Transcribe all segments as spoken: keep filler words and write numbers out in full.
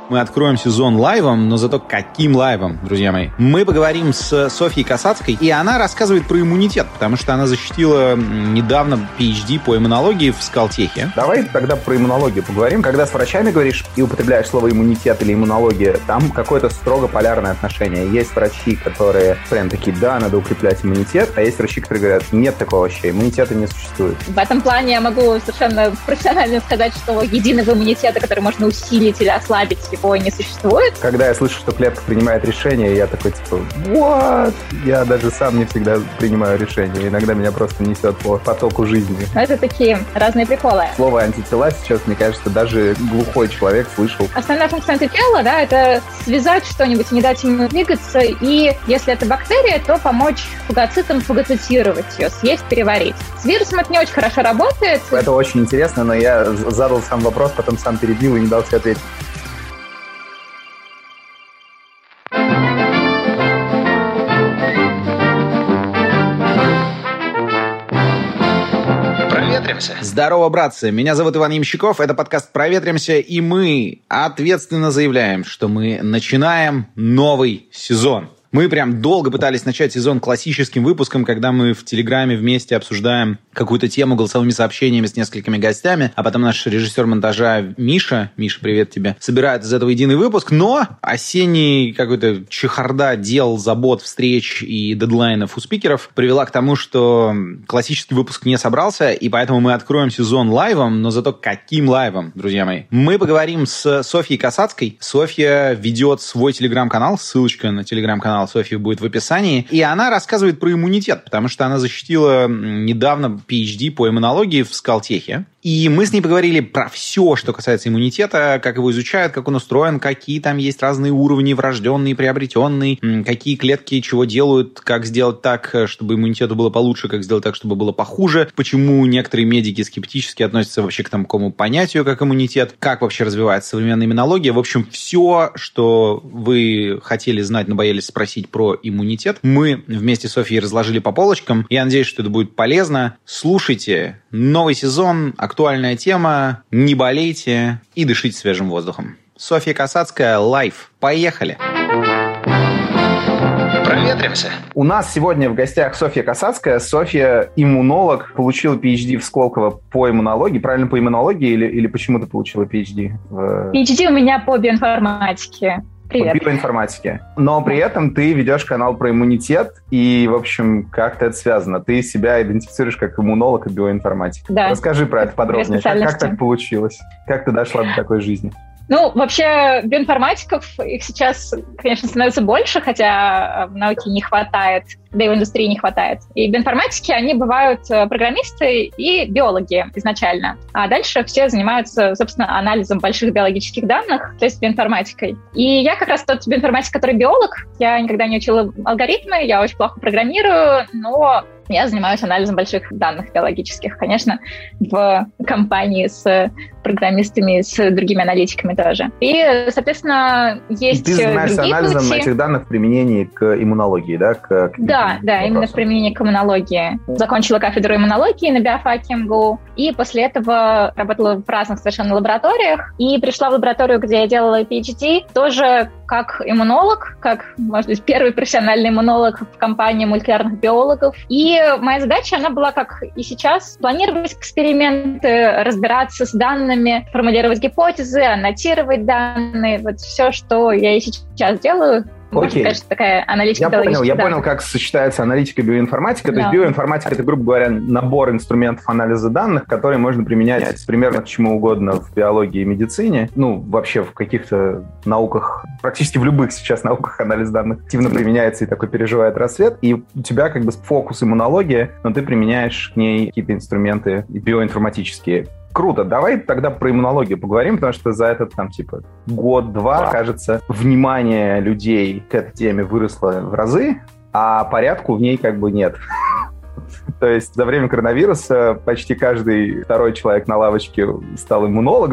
Мы откроем сезон лайвом, но зато каким лайвом, друзья мои. Мы поговорим с Софьей Касацкой, и она рассказывает про иммунитет, потому что она защитила недавно пи эйч ди по иммунологии в Скалтехе. Давай тогда про иммунологию поговорим. Когда с врачами говоришь и употребляешь слово иммунитет или иммунология, там какое-то строго полярное отношение. Есть врачи, которые прям такие, да, надо укреплять иммунитет, а есть врачи, которые говорят, нет такого вообще, иммунитета не существует. В этом плане я могу совершенно профессионально сказать, что единого иммунитета, который можно усилить или ослабить, его не существует. Когда я слышу, что клетка принимает решение, я такой, типа, what? Я даже сам не всегда принимаю решения. Иногда меня просто несет по потоку жизни. Это такие разные приколы. Слово антитела сейчас, мне кажется, даже глухой человек слышал. Основная функция антитела, да, это связать что-нибудь, не дать ему двигаться, и если это бактерия, то помочь фагоцитам фагоцитировать ее, съесть, переварить. С вирусом это не очень хорошо работает. Это очень интересно, но я задал сам вопрос, потом сам перебил и не дал себе ответить. Здорово, братцы! Меня зовут Иван Ямщиков, это подкаст «Проветримся», и мы ответственно заявляем, что мы начинаем новый сезон. Мы прям долго пытались начать сезон классическим выпуском, когда мы в Телеграме вместе обсуждаем какую-то тему голосовыми сообщениями с несколькими гостями, а потом наш режиссер монтажа Миша, Миша, привет тебе, собирает из этого единый выпуск, но осенний какой-то чехарда дел, забот, встреч и дедлайнов у спикеров привела к тому, что классический выпуск не собрался, и поэтому мы откроем сезон лайвом, но зато каким лайвом, друзья мои. Мы поговорим с Софьей Касацкой. Софья ведет свой телеграм-канал, ссылочка на телеграм-канал Софьи будет в описании, и она рассказывает про иммунитет, потому что она защитила недавно пи эйч ди по иммунологии в Скалтехе. И мы с ней поговорили про все, что касается иммунитета, как его изучают, как он устроен, какие там есть разные уровни, врожденные, приобретенные, какие клетки чего делают, как сделать так, чтобы иммунитету было получше, как сделать так, чтобы было похуже, почему некоторые медики скептически относятся вообще к такому понятию, как иммунитет, как вообще развивается современная иммунология. В общем, все, что вы хотели знать, но боялись спросить про иммунитет, мы вместе с Софьей разложили по полочкам. Я надеюсь, что это будет полезно. Слушайте новый сезон, актуальная тема, не болейте и дышите свежим воздухом. Софья Касацкая, лайв. Поехали! Проветримся. У нас сегодня в гостях Софья Касацкая. Софья иммунолог, получила пи эйч ди в Сколково по иммунологии. Правильно, по иммунологии или, или почему ты получила пи эйч ди? В... пи эйч ди у меня по биоинформатике. Привет. По биоинформатике. Но при этом ты ведешь канал про иммунитет, и, в общем, как-то это связано. Ты себя идентифицируешь как иммунолог и биоинформатик. Да. Расскажи про это подробнее. Как, как так получилось? Как ты дошла до такой жизни? Ну, вообще, биоинформатиков, их сейчас, конечно, становится больше, хотя в науке не хватает, да и в индустрии не хватает. И биоинформатики, они бывают программисты и биологи изначально. А дальше все занимаются, собственно, анализом больших биологических данных, то есть биоинформатикой. И я как раз тот биоинформатик, который биолог. Я никогда не учила алгоритмы, я очень плохо программирую, но я занимаюсь анализом больших данных биологических, конечно, в компании с программистами, с другими аналитиками тоже. И, соответственно, есть другие пути. Ты занимаешься анализом пути. этих данных в применении к иммунологии, да? К, к да, да, вопросам. Именно в применении к иммунологии. Закончила кафедру иммунологии на биофаке эм гэ у, и после этого работала в разных совершенно лабораториях, и пришла в лабораторию, где я делала пи эйч ди, тоже как иммунолог, как, может быть, первый профессиональный иммунолог в компании молекулярных биологов. И моя задача, она была, как и сейчас, планировать эксперименты, разбираться с данными, формулировать гипотезы, аннотировать данные. Вот все, что я и сейчас делаю. Можно Окей. сказать, что такая аналитика. Я понял, я да. понял, как сочетается аналитика и биоинформатика. Да. То есть биоинформатика — это, грубо говоря, набор инструментов анализа данных, которые можно применять примерно к чему угодно в биологии и медицине. Ну, вообще в каких-то науках, практически в любых сейчас науках анализ данных активно применяется и такой переживает рассвет. И у тебя как бы фокус иммунология, но ты применяешь к ней какие-то инструменты биоинформатические. Круто. Давай тогда про иммунологию поговорим, потому что за этот, там, типа, год-два, кажется, внимание людей к этой теме выросло в разы, а порядку в ней как бы нет. То есть за время коронавируса почти каждый второй человек на лавочке стал иммунологом,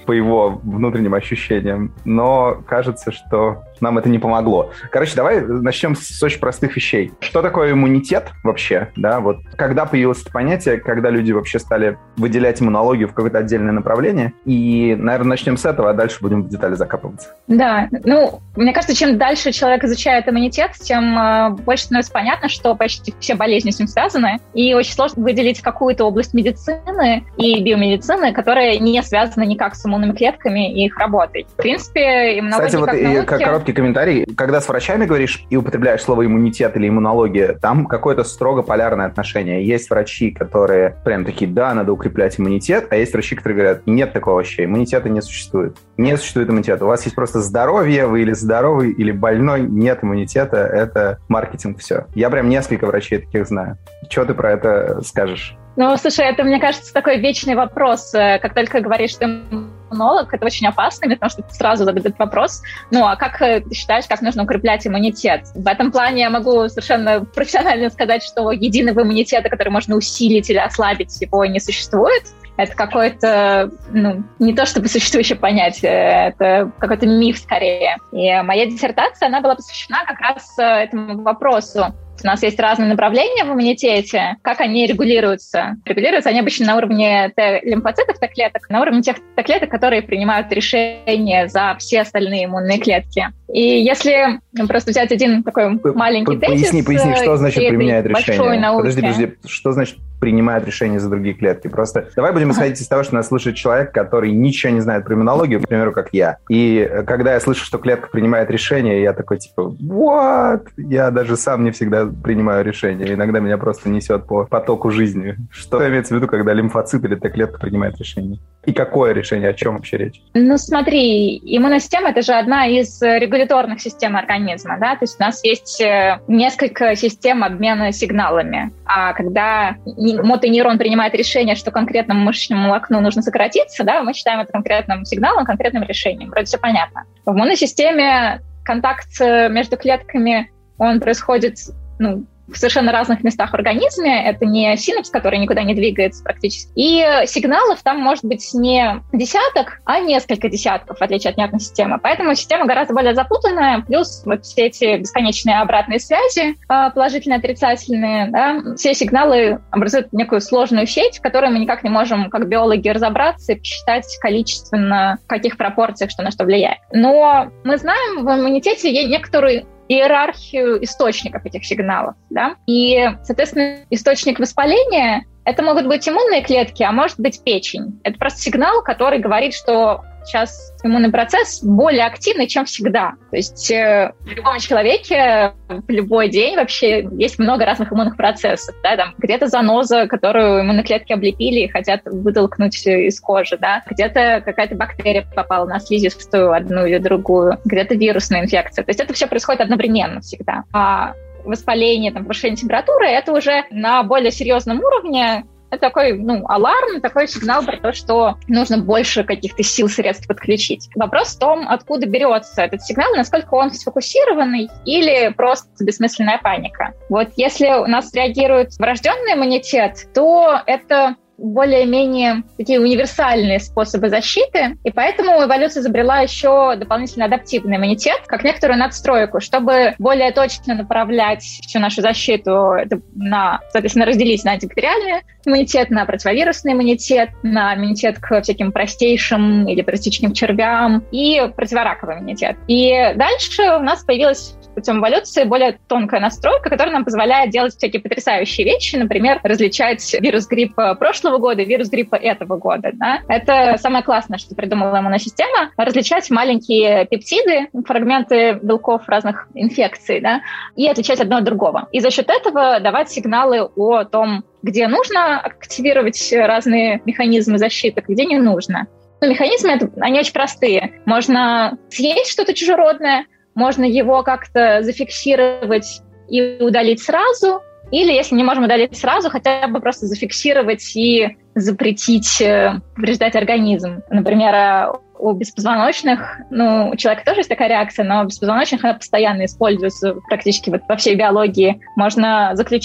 по его внутренним ощущениям, но кажется, что нам это не помогло. Короче, давай начнем с очень простых вещей. Что такое иммунитет вообще? Да, вот когда появилось это понятие, когда люди вообще стали выделять иммунологию в какое-то отдельное направление? И, наверное, начнем с этого, а дальше будем в детали закапываться. Да, ну, мне кажется, чем дальше человек изучает иммунитет, тем э, больше становится понятно, что почти все болезни с ним связаны, и очень сложно выделить какую-то область медицины и биомедицины, которая не связана никак с иммунными клетками и их работой. В принципе, иммунология Кстати, вот как и, науки... как короткий комментарий. Когда с врачами говоришь и употребляешь слово иммунитет или иммунология, там какое-то строго полярное отношение. Есть врачи, которые прям такие, да, надо укреплять иммунитет, а есть врачи, которые говорят, нет такого вообще, иммунитета не существует. Не существует иммунитета. У вас есть просто здоровье, вы или здоровый, или больной, нет иммунитета, это маркетинг, все. Я прям несколько врачей таких знаю. Что ты про это скажешь? Ну, слушай, это, мне кажется, такой вечный вопрос. Как только говоришь, что иммунолог, это очень опасно, потому что сразу задают вопрос, ну, а как ты считаешь, как нужно укреплять иммунитет? В этом плане я могу совершенно профессионально сказать, что единого иммунитета, который можно усилить или ослабить, его не существует. Это какое-то, ну, не то чтобы существующее понятие, это какой-то миф скорее. И моя диссертация, она была посвящена как раз этому вопросу. У нас есть разные направления в иммунитете. Как они регулируются? Регулируются они обычно на уровне Т-лимфоцитов, Т-клеток, на уровне тех Т-клеток, которые принимают решения за все остальные иммунные клетки. И если просто взять один такой маленький тезис... Поясни, поясни, что значит применяет решение? Науки. Подожди, подожди, что значит принимает решение за другие клетки? Просто давай будем исходить из того, что нас слышит человек, который ничего не знает про иммунологию, к примеру, как я. И когда я слышу, что клетка принимает решение, я такой типа, what? Я даже сам не всегда принимаю решения. Иногда меня просто несет по потоку жизни. Что имеется в виду, когда лимфоцит или Т-клетка принимает решение? И какое решение? О чем вообще речь? Ну, смотри, иммунная система — это же одна из регуляторных систем организма, да? То есть у нас есть несколько систем обмена сигналами. А когда мотонейрон принимает решение, что конкретному мышечному волокну нужно сократиться, да, мы считаем это конкретным сигналом, конкретным решением. Вроде все понятно. В иммунной системе контакт между клетками, он происходит, ну, в совершенно разных местах в организме. Это не синапс, который никуда не двигается практически. И сигналов там может быть не десяток, а несколько десятков, в отличие от нервной системы. Поэтому система гораздо более запутанная. Плюс вот все эти бесконечные обратные связи, положительные, отрицательные, да, все сигналы образуют некую сложную сеть, в которой мы никак не можем, как биологи, разобраться и посчитать количественно, в каких пропорциях что на что влияет. Но мы знаем, в иммунитете есть некоторые иерархию источников этих сигналов, да, и, соответственно, источник воспаления — это могут быть иммунные клетки, а может быть печень. Это просто сигнал, который говорит, что сейчас иммунный процесс более активный, чем всегда. То есть э, в любом человеке в любой день вообще есть много разных иммунных процессов. Да? Там где-то заноза, которую иммунные клетки облепили и хотят вытолкнуть из кожи. Да? Где-то какая-то бактерия попала на слизистую одну или другую. Где-то вирусная инфекция. То есть это все происходит одновременно всегда. А воспаление, там, повышение температуры — это уже на более серьезном уровне. Это такой, ну, аларм, такой сигнал про то, что нужно больше каких-то сил, средств подключить. Вопрос в том, откуда берется этот сигнал, насколько он сфокусированный или просто бессмысленная паника. Вот если у нас реагирует врожденный иммунитет, то это более-менее такие универсальные способы защиты, и поэтому эволюция изобрела еще дополнительно адаптивный иммунитет, как некоторую надстройку, чтобы более точно направлять всю нашу защиту на, соответственно, разделить на антибактериальный иммунитет, на противовирусный иммунитет, на иммунитет к всяким простейшим или паразитическим червям и противораковый иммунитет. И дальше у нас появилась путем эволюции более тонкая настройка, которая нам позволяет делать всякие потрясающие вещи, например, различать вирус гриппа прошлого года и вирус гриппа этого года. Да? Это самое классное, что придумала иммунная система, различать маленькие пептиды, фрагменты белков разных инфекций, да, и отличать одно от другого. И за счет этого давать сигналы о том, где нужно активировать разные механизмы защиты, где не нужно. Но механизмы, это, они очень простые. Можно съесть что-то чужеродное, можно его как-то зафиксировать и удалить сразу, или, если не можем удалить сразу, хотя бы просто зафиксировать и запретить повреждать организм. Например, у беспозвоночных, ну, у человека тоже есть такая реакция, но у беспозвоночных она постоянно используется практически вот во всей биологии. Можно заключить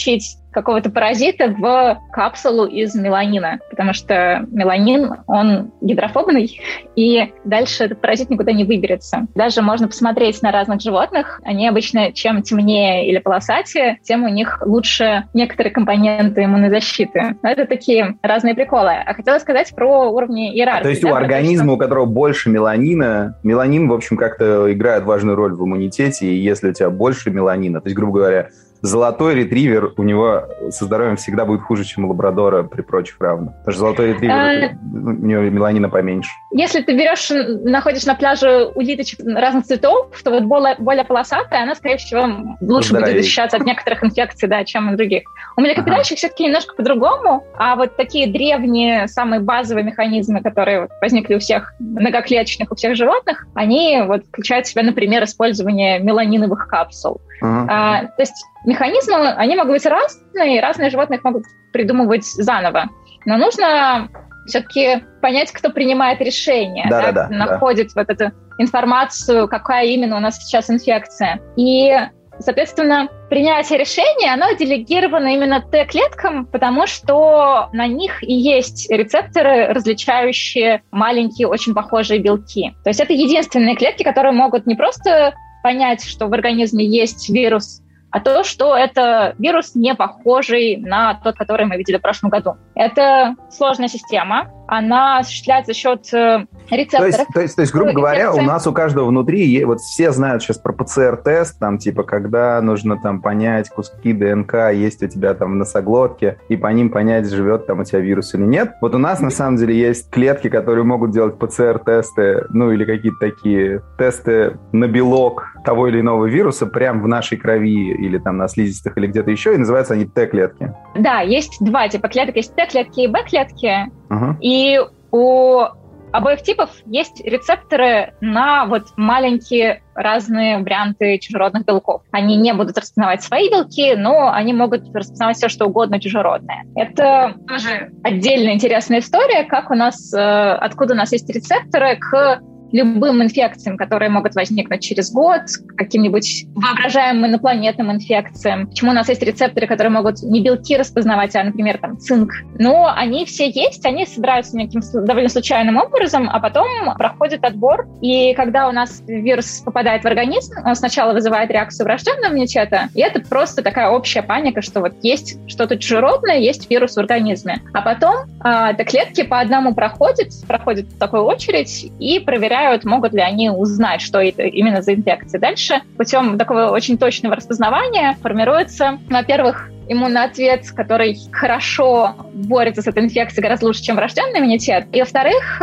какого-то паразита в капсулу из меланина, потому что меланин, он гидрофобный, и дальше этот паразит никуда не выберется. Даже можно посмотреть на разных животных. Они обычно, чем темнее или полосатее, тем у них лучше некоторые компоненты иммунной защиты. Но это такие разные приколы. А хотела сказать про уровни иерархии. То есть да, у организма, что... у которого больше меланина, меланин, в общем, как-то играет важную роль в иммунитете, и если у тебя больше меланина, то есть, грубо говоря, золотой ретривер у него со здоровьем всегда будет хуже, чем у лабрадора при прочих равных. Потому что золотой ретривер, а... у него меланина поменьше. Если ты берешь, находишь на пляже улиточек разных цветов, то вот более, более полосатая, она, скорее всего, лучше Здоровее. будет защищаться от некоторых инфекций, да, чем от других. У млекопитающих ага. все-таки немножко по-другому, а вот такие древние, самые базовые механизмы, которые возникли у всех многоклеточных, у всех животных, они вот включают в себя, например, использование меланиновых капсул. Uh-huh. А, то есть механизмы, они могут быть разные, и разные животные их могут придумывать заново. Но нужно все-таки понять, кто принимает решение, да, да, да, находит да. вот эту информацию, какая именно у нас сейчас инфекция. И, соответственно, принятие решения, оно делегировано именно Т-клеткам, потому что на них и есть рецепторы, различающие маленькие, очень похожие белки. То есть это единственные клетки, которые могут не просто понять, что в организме есть вирус, а то, что это вирус не похожий на тот, который мы видели в прошлом году. Это сложная система. Она осуществляется за счет э, рецепторов. То есть, то есть, то есть грубо говоря, у нас у каждого внутри, вот все знают сейчас про ПЦР-тест, там, типа, когда нужно там понять куски ДНК, есть у тебя там в носоглотке, и по ним понять, живет там у тебя вирус или нет. Вот у нас, на самом деле, есть клетки, которые могут делать ПЦР-тесты, ну, или какие-то такие тесты на белок того или иного вируса прямо в нашей крови или там на слизистых или где-то еще, и называются они Т-клетки. Да, есть два типа клеток, есть Т-клетки и Б-клетки, uh-huh. и у обоих типов есть рецепторы на вот маленькие разные варианты чужеродных белков. Они не будут распознавать свои белки, но они могут распознавать все, что угодно чужеродное. Это тоже отдельная интересная история, как у нас, откуда у нас есть рецепторы к любым инфекциям, которые могут возникнуть через год, к каким-нибудь воображаемым инопланетным инфекциям. Почему у нас есть рецепторы, которые могут не белки распознавать, а, например, там, цинк. Но они все есть, они собираются неким довольно случайным образом, а потом проходит отбор. И когда у нас вирус попадает в организм, он сначала вызывает реакцию врожденного иммунитета, и это просто такая общая паника, что вот есть что-то чужеродное, есть вирус в организме. А потом э, Т-клетки по одному проходят, проходят в такую очередь и проверяют, могут ли они узнать, что это именно за инфекция. Дальше путем такого очень точного распознавания формируется, во-первых, иммунный ответ, который хорошо борется с этой инфекцией гораздо лучше, чем врожденный иммунитет. И, во-вторых,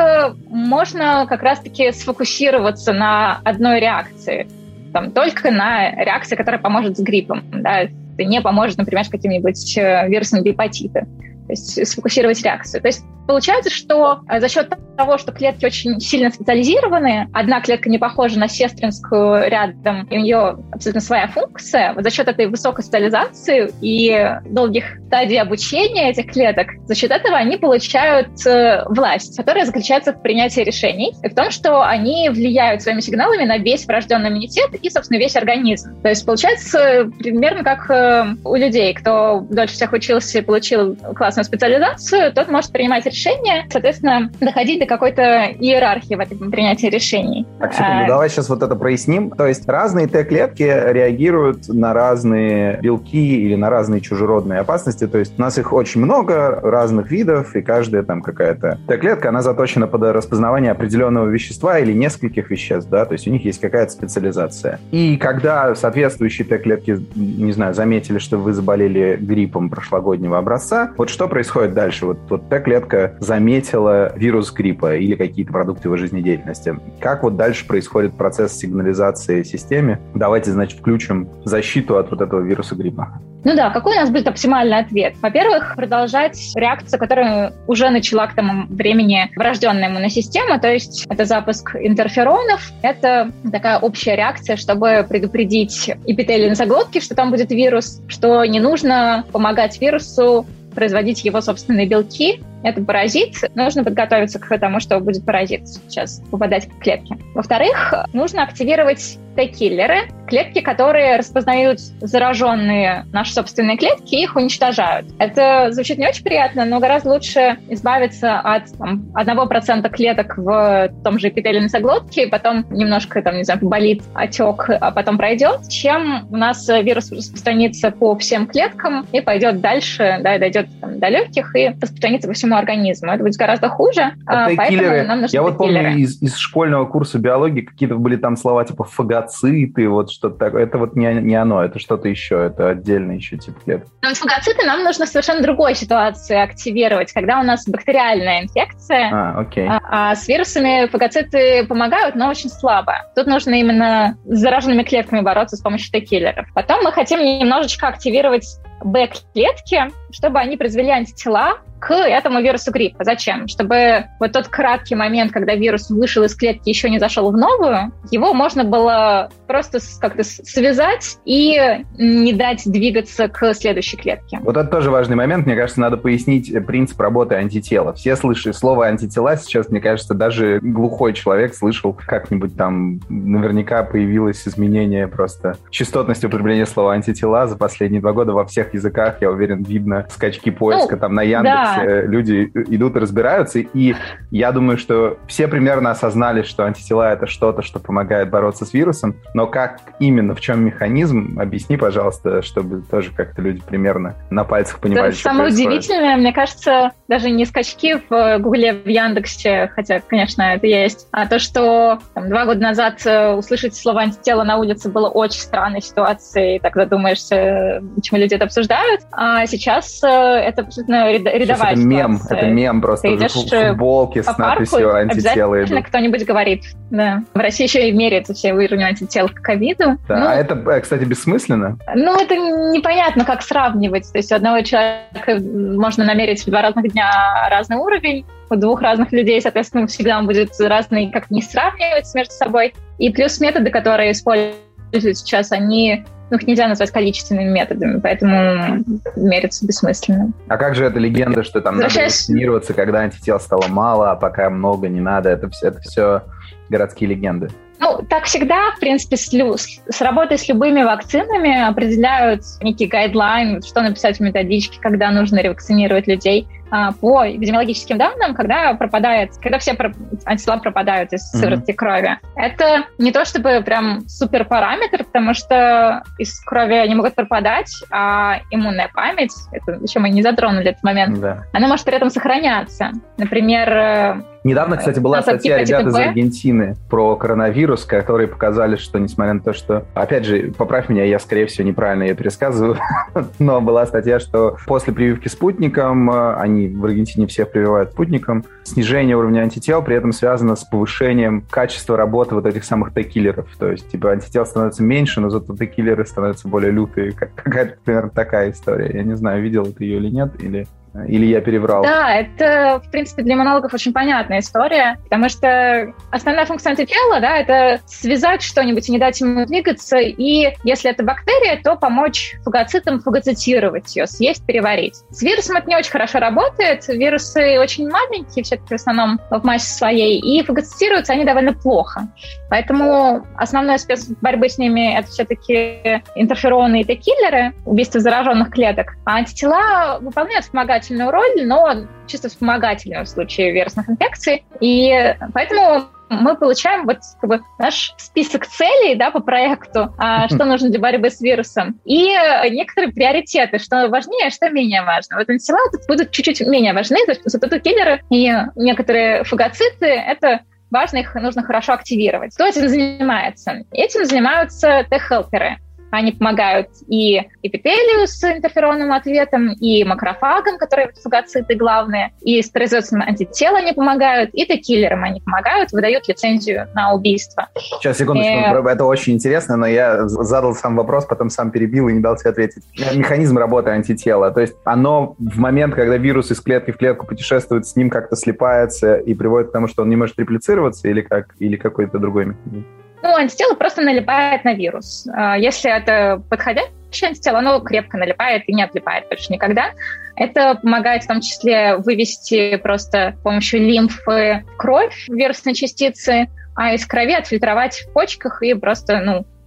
можно как раз-таки сфокусироваться на одной реакции, там, только на реакции, которая поможет с гриппом. Да? Это не поможет, например, с каким-нибудь вирусом гепатита. То есть сфокусировать реакцию. То есть получается, что за счет того, что клетки очень сильно специализированы, одна клетка не похожа на сестринскую рядом, и у нее абсолютно своя функция, вот за счет этой высокой специализации и долгих стадий обучения этих клеток, за счет этого они получают власть, которая заключается в принятии решений, и в том, что они влияют своими сигналами на весь врожденный иммунитет и, собственно, весь организм. То есть получается примерно как у людей, кто дольше всех учился и получил классную специализацию, тот может принимать решения, соответственно, доходить до какой-то иерархии в этом принятии решений. Так, секунду, а... давай сейчас вот это проясним. То есть разные Т-клетки реагируют на разные белки или на разные чужеродные опасности. То есть у нас их очень много разных видов, и каждая там какая-то Т-клетка, она заточена под распознавание определенного вещества или нескольких веществ, да, то есть у них есть какая-то специализация. И когда соответствующие Т-клетки, не знаю, заметили, что вы заболели гриппом прошлогоднего образца, вот что происходит дальше? Вот, вот Т-клетка заметила вирус гриппа или какие-то продукты его жизнедеятельности. Как вот дальше происходит процесс сигнализации системе? Давайте, значит, включим защиту от вот этого вируса гриппа. Ну да, какой у нас будет оптимальный ответ? Во-первых, продолжать реакцию, которую уже начала к тому времени врожденная иммунная система, то есть это запуск интерферонов, это такая общая реакция, чтобы предупредить эпителий носоглотки, что там будет вирус, что не нужно помогать вирусу производить его собственные белки. Это паразит. Нужно подготовиться к тому, что будет паразит сейчас попадать в клетки. Во-вторых, нужно активировать Т-киллеры. клетки, которые распознают зараженные наши собственные клетки и их уничтожают. Это звучит не очень приятно, но гораздо лучше избавиться от там, одного процента клеток в том же эпителии носоглотки, и потом немножко, там, не знаю, болит, отек, а потом пройдет, чем у нас вирус распространится по всем клеткам и пойдет дальше, да, дойдет там, до легких и распространится по всему организму. Это будет гораздо хуже, а поэтому киллеры. Нам нужны Я вот киллеры. помню из, из школьного курса биологии какие-то были там слова типа фагоциты, вот что-то такое. Это вот не, не оно, это что-то еще, это отдельный еще тип клеток. Но фагоциты нам нужно в совершенно другой ситуации активировать, когда у нас бактериальная инфекция, а, окей. а, а с вирусами фагоциты помогают, но очень слабо. Тут нужно именно с зараженными клетками бороться с помощью Т-киллеров. Потом мы хотим немножечко активировать Б-клетки, чтобы они произвели антитела к этому вирусу гриппа. Зачем? Чтобы вот тот краткий момент, когда вирус вышел из клетки, еще не зашел в новую, его можно было просто как-то связать и не дать двигаться к следующей клетке. Вот это тоже важный момент. Мне кажется, надо пояснить принцип работы антитела. Все слышали слово антитела сейчас, мне кажется, даже глухой человек слышал как-нибудь там, наверняка появилось изменение просто частотности употребления слова антитела за последние два года во всех языках, я уверен, видно скачки поиска ну, там на Яндексе. Да. Люди идут и разбираются, и я думаю, что все примерно осознали, что антитела — это что-то, что помогает бороться с вирусом, но как именно, в чем механизм, объясни, пожалуйста, чтобы тоже как-то люди примерно на пальцах понимали, да, что самое происходит. Удивительное, мне кажется, даже не скачки в Гугле, в Яндексе, хотя, конечно, это есть, а то, что там, два года назад услышать слово антитела на улице было очень странной ситуацией, и так задумаешься, почему люди это обсуждают, а сейчас это абсолютно рядовая это мем, это мем просто в футболке с надписью антитела. Обязательно кто-нибудь говорит. Да. В России еще и меряют все уровни антител к ковиду. Да. Ну, а это, кстати, бессмысленно? Ну, это непонятно, как сравнивать. То есть у одного человека можно намерить в два разных дня разный уровень, у двух разных людей, соответственно, всегда он будет разный, как не сравнивать между собой. И плюс методы, которые используют сейчас, они... Ну, их нельзя назвать количественными методами, поэтому мериться бессмысленно. А как же эта легенда, что там надо вакцинироваться, когда антител стало мало, а пока много не надо? Это все, это все городские легенды. Ну, так всегда, в принципе, с, лю- с работой с любыми вакцинами определяют некий гайдлайн, что написать в методичке, когда нужно ревакцинировать людей. А, по эпидемиологическим данным, когда пропадает, когда все про- антитела пропадают из сыворотки mm-hmm. крови. Это не то чтобы прям супер параметр, потому что из крови они могут пропадать, а иммунная память, это еще мы не затронули этот момент, mm-hmm. она может при этом сохраняться. Например, недавно, кстати, была статья ребят из Аргентины про коронавирус, которые показали, что несмотря на то, что... Опять же, поправь меня, я, скорее всего, неправильно ее пересказываю, но была статья, что после прививки спутником, они в Аргентине всех прививают спутником, снижение уровня антител при этом связано с повышением качества работы вот этих самых Т-киллеров. То есть, типа, антител становится меньше, но зато Т-киллеры становятся более лютые. Какая-то, примерно, такая история. Я не знаю, видел ты ее или нет, или... Или я переврал? Да, это, в принципе, для иммунологов очень понятная история, потому что основная функция антитела, да, это связать что-нибудь и не дать ему двигаться, и если это бактерия, то помочь фагоцитам фагоцитировать ее, съесть, переварить. С вирусом это не очень хорошо работает, вирусы очень маленькие, все-таки в основном в массе своей, и фагоцитируются они довольно плохо. Поэтому основной способ борьбы с ними — это все-таки интерфероны и Т-киллеры, убийство зараженных клеток, а антитела выполняют вспомогательную роль, но чисто вспомогательную в случае вирусных инфекций. И поэтому мы получаем вот как бы наш список целей, да, по проекту, а, что нужно для борьбы с вирусом, и некоторые приоритеты, что важнее, что менее важно. Вот антитела тут будут чуть-чуть менее важны, то есть зато киллеры и некоторые фагоциты — это важно, их нужно хорошо активировать. Кто этим занимается? Этим занимаются Т-хелперы. Они помогают и эпителию с интерферонным ответом, и макрофагам, которые фагоциты главные, и с производством антител они помогают, и Т-киллерам они помогают, выдают лицензию на убийство. Сейчас, секундочку, и... это очень интересно, но я задал сам вопрос, потом сам перебил и не дал тебе ответить. Механизм работы антитела, то есть оно в момент, когда вирус из клетки в клетку путешествует, с ним как-то слипается и приводит к тому, что он не может реплицироваться, или как, или какой-то другой механизм? Ну, антитело просто налипает на вирус. Если это подходящее антитело, оно крепко налипает и не отлипает больше никогда. Это помогает в том числе вывести просто с помощью лимфы кровь, вирусные частицы, а из крови отфильтровать в почках и просто, ну,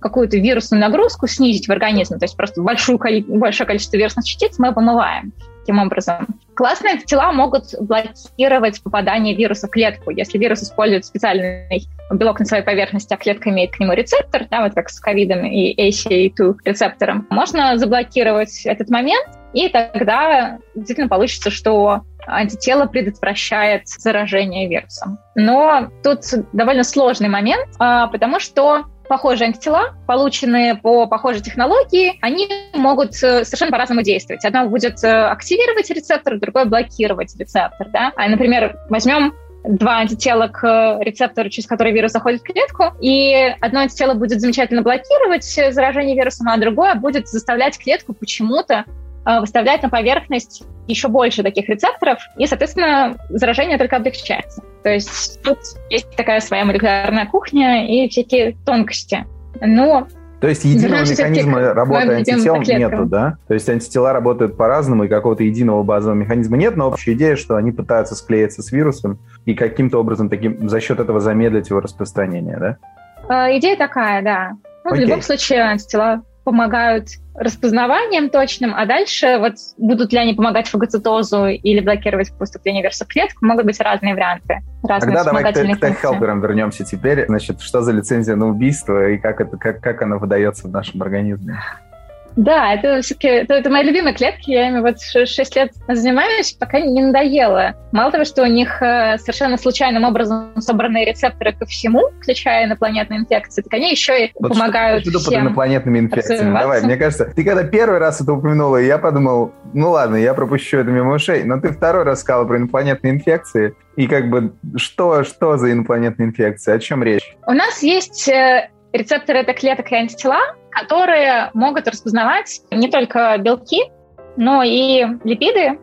какую-то вирусную нагрузку снизить в организме, то есть просто большую, большое количество вирусных частиц мы помываем. Таким образом, классные антитела могут блокировать попадание вируса в клетку. Если вирус использует специальный белок на своей поверхности, а клетка имеет к нему рецептор, да, вот как с ковидом и эй си эй два рецептором, можно заблокировать этот момент, и тогда действительно получится, что антитело предотвращает заражение вирусом. Но тут довольно сложный момент, потому что похожие антитела, полученные по похожей технологии, они могут совершенно по-разному действовать. Одно будет активировать рецептор, другое блокировать рецептор. Да? А, например, возьмем два антитела к рецептору, через который вирус заходит в клетку, и одно антитело будет замечательно блокировать заражение вирусом, а другое будет заставлять клетку почему-то выставлять на поверхность еще больше таких рецепторов, и, соответственно, заражение только облегчается. То есть тут есть такая своя молекулярная кухня и всякие тонкости. Но То есть единого механизма работы антител нету, да? То есть антитела работают по-разному, и какого-то единого базового механизма нет, но общая идея, что они пытаются склеиться с вирусом и каким-то образом таким, за счет этого замедлить его распространение, да? Идея такая, да. Ну, в любом случае антитела помогают распознаванием точным, а дальше вот будут ли они помогать фагоцитозу или блокировать поступление вируса в клетку, могут быть разные варианты. Разные Тогда давай к тех-хелперам вернемся теперь. Значит, что за лицензия на убийство и как, это, как, как она выдается в нашем организме? Да, это все-таки это, это мои любимые клетки, я ими вот шесть лет занимаюсь, пока не надоело. Мало того, что у них э, совершенно случайным образом собранные рецепторы ко всему, включая инопланетные инфекции, так они еще и вот помогают что, всем под инопланетными инфекциями? Давай, мне кажется, ты когда первый раз это упомянула, я подумал, ну ладно, я пропущу это мимо ушей, но ты второй раз сказала про инопланетные инфекции, и как бы что, что за инопланетные инфекции, о чем речь? У нас есть... Э, Рецепторы — это клеток и антитела, которые могут распознавать не только белки, но и липиды,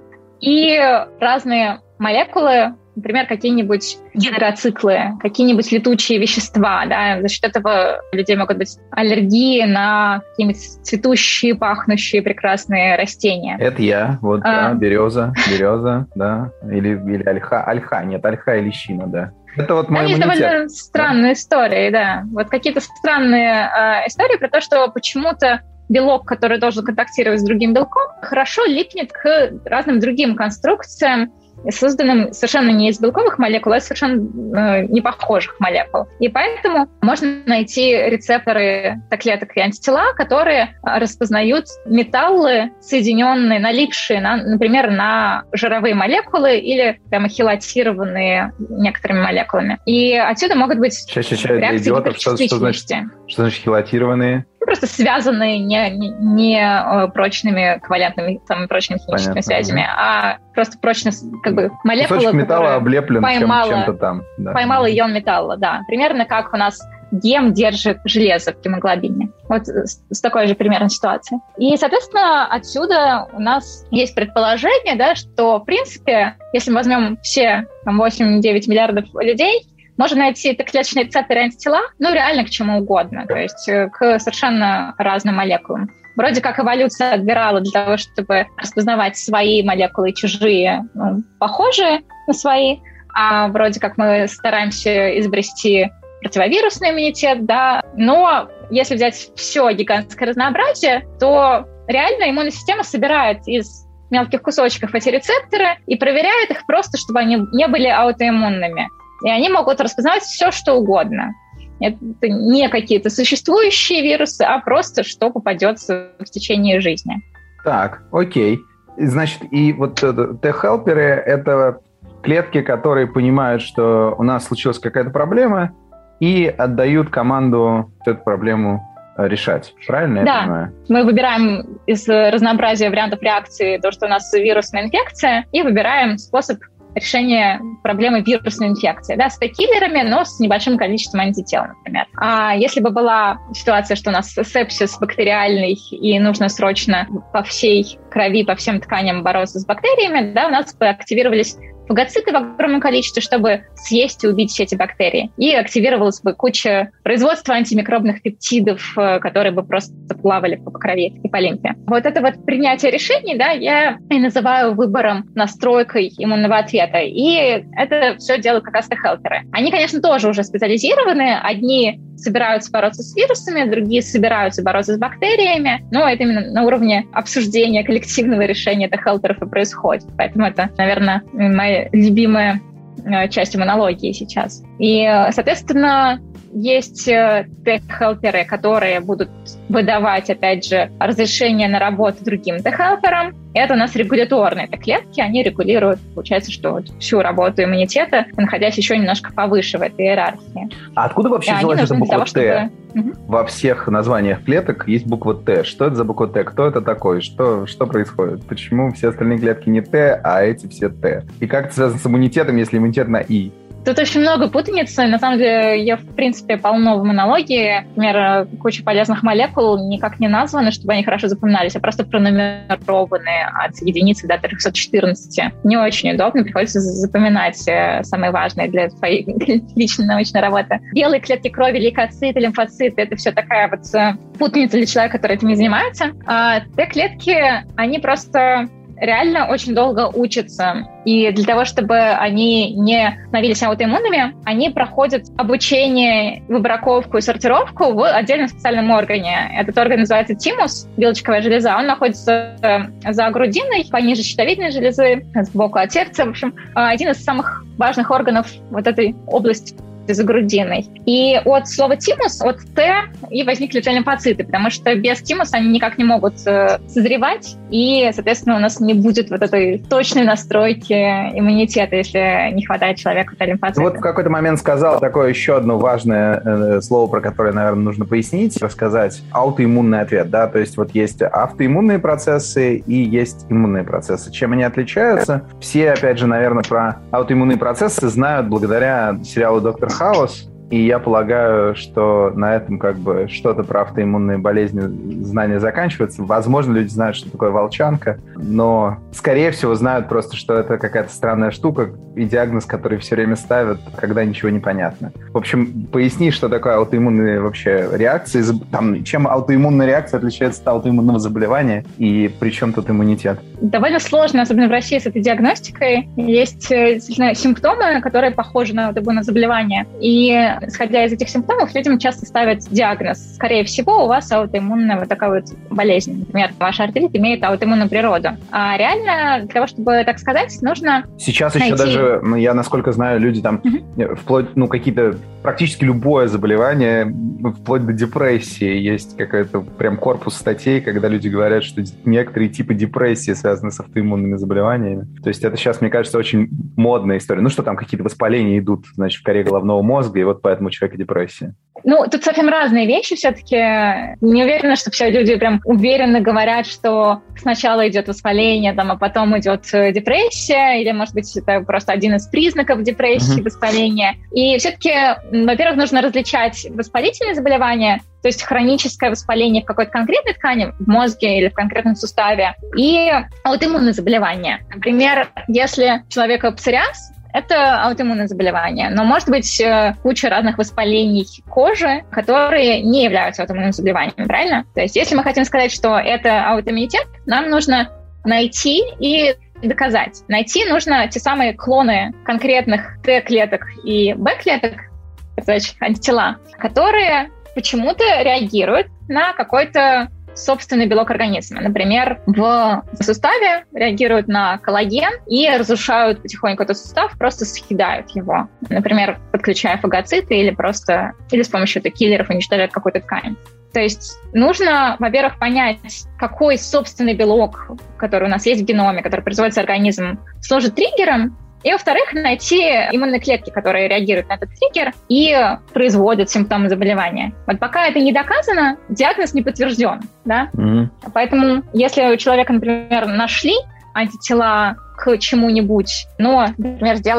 и разные молекулы, например, какие-нибудь гидроциклы, какие-нибудь летучие вещества. Да? За счет этого у людей могут быть аллергии на какие-нибудь цветущие, пахнущие прекрасные растения. Это я, вот, а, да, береза, береза, да, или, или ольха, ольха, нет, ольха и лещина, да. Это вот мой иммунитет. Есть довольно странные да? истории, да. Вот какие-то странные э, истории про то, что почему-то белок, который должен контактировать с другим белком, хорошо липнет к разным другим конструкциям, созданным совершенно не из белковых молекул, а из совершенно э, не похожих молекул. И поэтому можно найти рецепторы клеток и антитела, которые распознают металлы, соединенные, налипшие, на, например, на жировые молекулы или прямо хелатированные некоторыми молекулами. И отсюда могут быть сейчас, сейчас, реакции идиотов, что, что, значит, что значит хелатированные? Просто связанные не, не, не прочными ковалентными, там, прочными химическими Понятно, связями, да. а просто прочно, как бы, молекула, кусочек металла облеплен поймала, чем, чем-то там. Да. Поймала ион металла, да. Примерно как у нас гем держит железо в гемоглобине. Вот с, с такой же примерно ситуацией. И, соответственно, отсюда у нас есть предположение, да, что, в принципе, если мы возьмем все восемь-девять миллиардов людей, можно найти клеточные рецепторы и антитела, ну, реально к чему угодно, то есть к совершенно разным молекулам. Вроде как эволюция отбирала для того, чтобы распознавать свои молекулы, чужие, ну, похожие на свои, а вроде как мы стараемся изобрести противовирусный иммунитет, да, но если взять все гигантское разнообразие, то реально иммунная система собирает из мелких кусочков эти рецепторы и проверяет их просто, чтобы они не были аутоиммунными. И они могут распознавать все, что угодно. Это не какие-то существующие вирусы, а просто что попадется в течение жизни. Так, окей. Значит, и вот T-хелперы — это клетки, которые понимают, что у нас случилась какая-то проблема, и отдают команду эту проблему решать. Правильно да. я понимаю? Мы выбираем из разнообразия вариантов реакции то, что у нас вирусная инфекция, и выбираем способ решение проблемы вирусной инфекции, да, с Т-киллерами, но с небольшим количеством антител, например. А если бы была ситуация, что у нас сепсис бактериальный, и нужно срочно по всей крови, по всем тканям бороться с бактериями, да, у нас бы активировались фагоциты в огромном количестве, чтобы съесть и убить все эти бактерии. И активировалась бы куча производство антимикробных пептидов, которые бы просто плавали по крови и по лимфе. Вот это вот принятие решений, да, я и называю выбором, настройкой иммунного ответа. И это все делают как раз Т-хелперы. Они, конечно, тоже уже специализированы. Одни собираются бороться с вирусами, другие собираются бороться с бактериями. Но это именно на уровне обсуждения коллективного решения Т-хелперов и происходит. Поэтому это, наверное, моя любимая часть иммунологии сейчас. И, соответственно, есть Т-хелперы, которые будут выдавать, опять же, разрешение на работу другим Т-хелперам. Это у нас регуляторные Т-клетки, они регулируют, получается, что всю работу иммунитета, находясь еще немножко повыше в этой иерархии. А откуда вообще взялась эта буква Т? Чтобы... Во всех названиях клеток есть буква Т. Что это за буква Т? Кто это такой? Что, что происходит? Почему все остальные клетки не Т, а эти все Т? И как это связано с иммунитетом, если иммунитет на И? Тут очень много путаницы. На самом деле, я, в принципе, полно в иммунологии. Например, куча полезных молекул никак не названы, чтобы они хорошо запоминались, а просто пронумерованы от единицы до триста четырнадцать. Не очень удобно, приходится запоминать самые важные для твоей личной научной работы. Белые клетки крови, лейкоциты, лимфоциты — это все такая вот путаница для человека, который этим не занимается. А Т-клетки, они просто реально очень долго учатся. И для того, чтобы они не становились аутоиммунными, они проходят обучение, выбраковку и сортировку в отдельном специальном органе. Этот орган называется тимус, белочковая железа. Он находится за грудиной, пониже щитовидной железы, сбоку от сердца. В общем, один из самых важных органов вот этой области за грудиной. И от слова тимус, от Т, и возникли Т-лимфоциты, потому что без тимуса они никак не могут э, созревать, и, соответственно, у нас не будет вот этой точной настройки иммунитета, если не хватает человеку Т-лимфоцитов. Вот в какой-то момент сказал такое еще одно важное э, слово, про которое, наверное, нужно пояснить, рассказать. Аутоиммунный ответ, да, то есть вот есть автоиммунные процессы и есть иммунные процессы. Чем они отличаются? Все, опять же, наверное, про аутоиммунные процессы знают благодаря сериалу «Доктор Хаус», и я полагаю, что на этом как бы что-то про автоиммунные болезни знания заканчивается. Возможно, люди знают, что такое волчанка, но, скорее всего, знают просто, что это какая-то странная штука и диагноз, который все время ставят, когда ничего не понятно. В общем, поясни, что такое аутоиммунные вообще реакции, там, чем аутоиммунная реакция отличается от аутоиммунного заболевания, и при чем тут иммунитет? Довольно сложно, особенно в России, с этой диагностикой. Есть симптомы, которые похожи на аутоиммунное заболевание, и исходя из этих симптомов, людям часто ставят диагноз. Скорее всего, у вас аутоиммунная вот такая вот болезнь. Например, ваш артрит имеет аутоиммунную природу. А реально, для того, чтобы так сказать, нужно Сейчас найти... еще даже, я насколько знаю, люди там uh-huh. вплоть, ну, какие-то, практически любое заболевание, вплоть до депрессии, есть какой-то прям корпус статей, когда люди говорят, что некоторые типы депрессии связаны с автоиммунными заболеваниями. То есть это сейчас, мне кажется, очень модная история. Ну, что там какие-то воспаления идут, значит, в коре головного мозга, и вот поэтому у человека депрессия. Ну, тут совсем разные вещи все-таки. Не уверена, что все люди прям уверенно говорят, что сначала идет воспаление, там, а потом идет депрессия, или, может быть, это просто один из признаков депрессии, uh-huh. воспаления. И все-таки, во-первых, нужно различать воспалительные заболевания, то есть хроническое воспаление в какой-то конкретной ткани, в мозге или в конкретном суставе, и аутоиммунные заболевания. Например, если у человека псориаз, это аутоиммунное заболевание, но может быть куча разных воспалений кожи, которые не являются аутоиммунными заболеваниями, правильно? То есть если мы хотим сказать, что это аутоиммунитет, нам нужно найти и доказать. Найти нужно те самые клоны конкретных Т-клеток и Б-клеток, значит, антитела, которые почему-то реагируют на какой-то собственный белок организма. Например, в суставе реагируют на коллаген и разрушают потихоньку этот сустав, просто съедают его. Например, подключая фагоциты или просто или с помощью киллеров уничтожают какую-то ткань. То есть нужно, во-первых, понять, какой собственный белок, который у нас есть в геноме, который производится организмом, служит триггером, и, во-вторых, найти иммунные клетки, которые реагируют на этот триггер и производят симптомы заболевания. Вот пока это не доказано, диагноз не подтвержден, да? Mm-hmm. Поэтому, если у человека, например, нашли антитела к чему-нибудь, но, например, сделали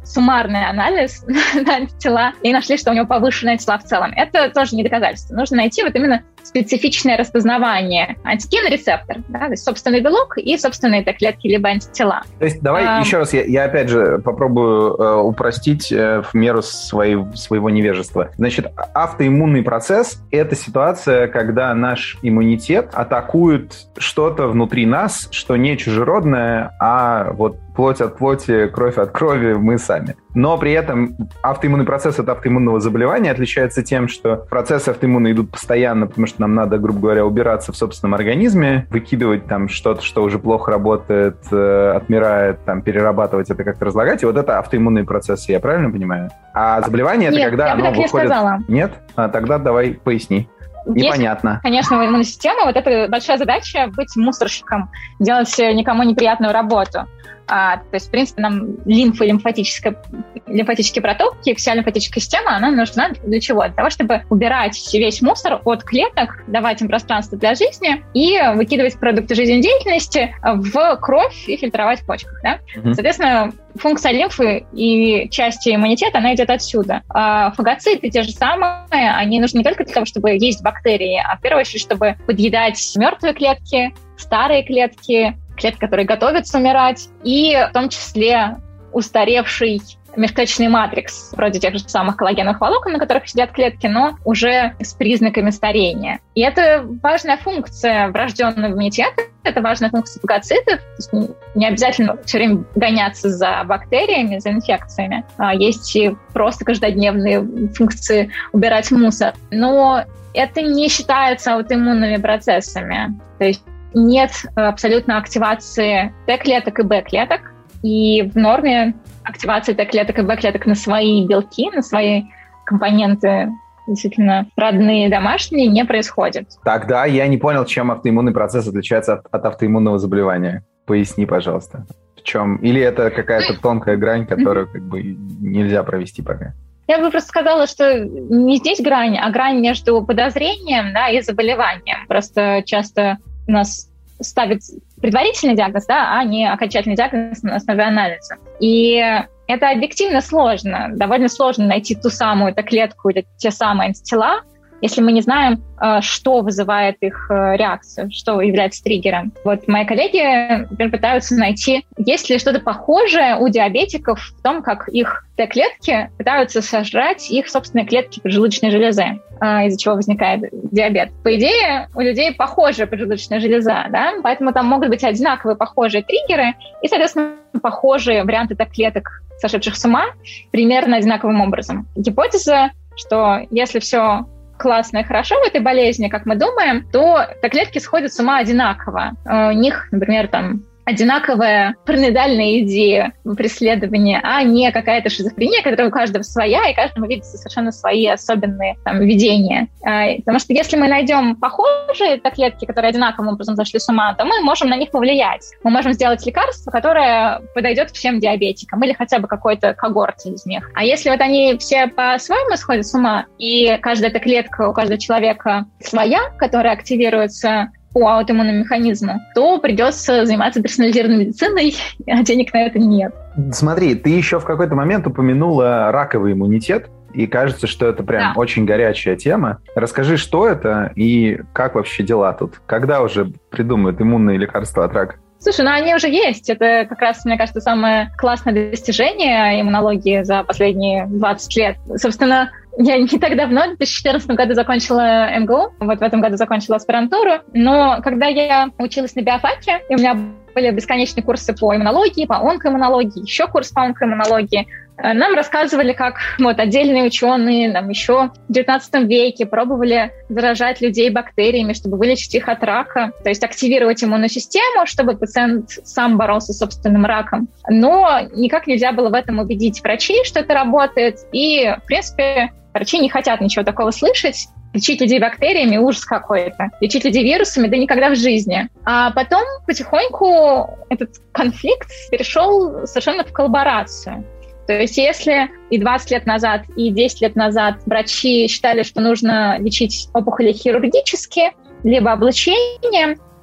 суммарный анализ на антитела и нашли, что у него повышенные антитела в целом. Это тоже не доказательство. Нужно найти вот именно специфичное распознавание антиген-рецептор, да, то есть собственный белок и собственные Т-клетки, либо антитела. То есть давай а, еще раз, я, я опять же попробую э, упростить э, в меру своей, своего невежества. Значит, автоиммунный процесс – это ситуация, когда наш иммунитет атакует что-то внутри нас, что не чужеродное, а вот плоть от плоти, кровь от крови мы сами. Но при этом автоиммунный процесс от автоиммунного заболевания отличается тем, что процессы автоиммунные идут постоянно, потому что нам надо, грубо говоря, убираться в собственном организме, выкидывать там что-то, что уже плохо работает, э, отмирает, там, перерабатывать это, как-то разлагать. И вот это автоиммунные процессы, я правильно понимаю? А заболевание — это Нет, когда я бы оно так не выходит... сказала. Нет? А, тогда давай поясни. Непонятно. Есть, конечно, у иммунной системы вот эта большая задача быть мусорщиком, делать никому неприятную работу. А, то есть, в принципе, нам лимфа, лимфатическая, лимфатические протоки, вся лимфатическая система, она нужна для чего? Для того, чтобы убирать весь мусор от клеток, давать им пространство для жизни и выкидывать продукты жизнедеятельности в кровь и фильтровать в почках. Да? Mm-hmm. Соответственно, функция лимфы и части иммунитета, она идет отсюда. А фагоциты те же самые, они нужны не только для того, чтобы есть бактерии, а в первую очередь, чтобы подъедать мертвые клетки, старые клетки, клетки, которые готовятся умирать, и в том числе устаревший межклеточный матрикс, вроде тех же самых коллагеновых волокон, на которых сидят клетки, но уже с признаками старения. И это важная функция врожденного иммунитета, это важная функция фагоцитов. То есть не обязательно все время гоняться за бактериями, за инфекциями. Есть и просто каждодневные функции убирать мусор. Но это не считается аутоиммунными процессами. То есть нет абсолютно активации Т-клеток и Б-клеток, и в норме активации Т-клеток и Б-клеток на свои белки, на свои компоненты действительно родные, домашние, не происходит. Тогда я не понял, чем автоиммунный процесс отличается от, от автоиммунного заболевания. Поясни, пожалуйста. В чем? Или это какая-то тонкая грань, которую как бы нельзя провести пока? Я бы просто сказала, что не здесь грань, а грань между подозрением, да, и заболеванием. Просто часто у нас ставят предварительный диагноз, да, а не окончательный диагноз на основе анализа. И это объективно сложно. Довольно сложно найти ту самую Т-клетку или те самые антитела, если мы не знаем, что вызывает их реакцию, что является триггером. Вот мои коллеги, например, пытаются найти, есть ли что-то похожее у диабетиков в том, как их Т-клетки пытаются сожрать их собственные клетки поджелудочной железы, из-за чего возникает диабет. По идее, у людей похожая поджелудочная железа, да? Поэтому там могут быть одинаковые похожие триггеры и, соответственно, похожие варианты Т-клеток, сошедших с ума, примерно одинаковым образом. Гипотеза, что если все классно и хорошо в этой болезни, как мы думаем, то Т-клетки сходят с ума одинаково. У них, например, там одинаковая параноидальная идея преследования, а не какая-то шизофрения, которая у каждого своя, и каждому видится совершенно свои особенные там видения. Потому что если мы найдем похожие Т-клетки, которые одинаковым образом зашли с ума, то мы можем на них повлиять. Мы можем сделать лекарство, которое подойдет всем диабетикам или хотя бы какой-то когорте из них. А если вот они все по-своему сходят с ума, и каждая Т-клетка у каждого человека своя, которая активируется по аутоиммунному механизму, то придется заниматься персонализированной медициной, а денег на это нет. Смотри, ты еще в какой-то момент упомянула раковый иммунитет, и кажется, что это прям да. очень горячая тема. Расскажи, что это и как вообще дела тут? Когда уже придумают иммунные лекарства от рака? Слушай, ну они уже есть. Это как раз, мне кажется, самое классное достижение иммунологии за последние двадцать лет. Собственно, я не так давно, в две тысячи четырнадцатом году закончила эм гэ у, вот в этом году закончила аспирантуру, но когда я училась на биофаке, и у меня были бесконечные курсы по иммунологии, по онкоиммунологии, еще курс по онкоиммунологии, нам рассказывали, как вот отдельные ученые нам еще в девятнадцатом веке пробовали заражать людей бактериями, чтобы вылечить их от рака, то есть активировать иммунную систему, чтобы пациент сам боролся с собственным раком. Но никак нельзя было в этом убедить врачей, что это работает, и, в принципе, врачи не хотят ничего такого слышать. Лечить людей бактериями — ужас какой-то. Лечить людей вирусами — да никогда в жизни. А потом потихоньку этот конфликт перешел совершенно в коллаборацию. То есть если и двадцать лет назад, и десять лет назад врачи считали, что нужно лечить опухоли хирургически, либо облучением,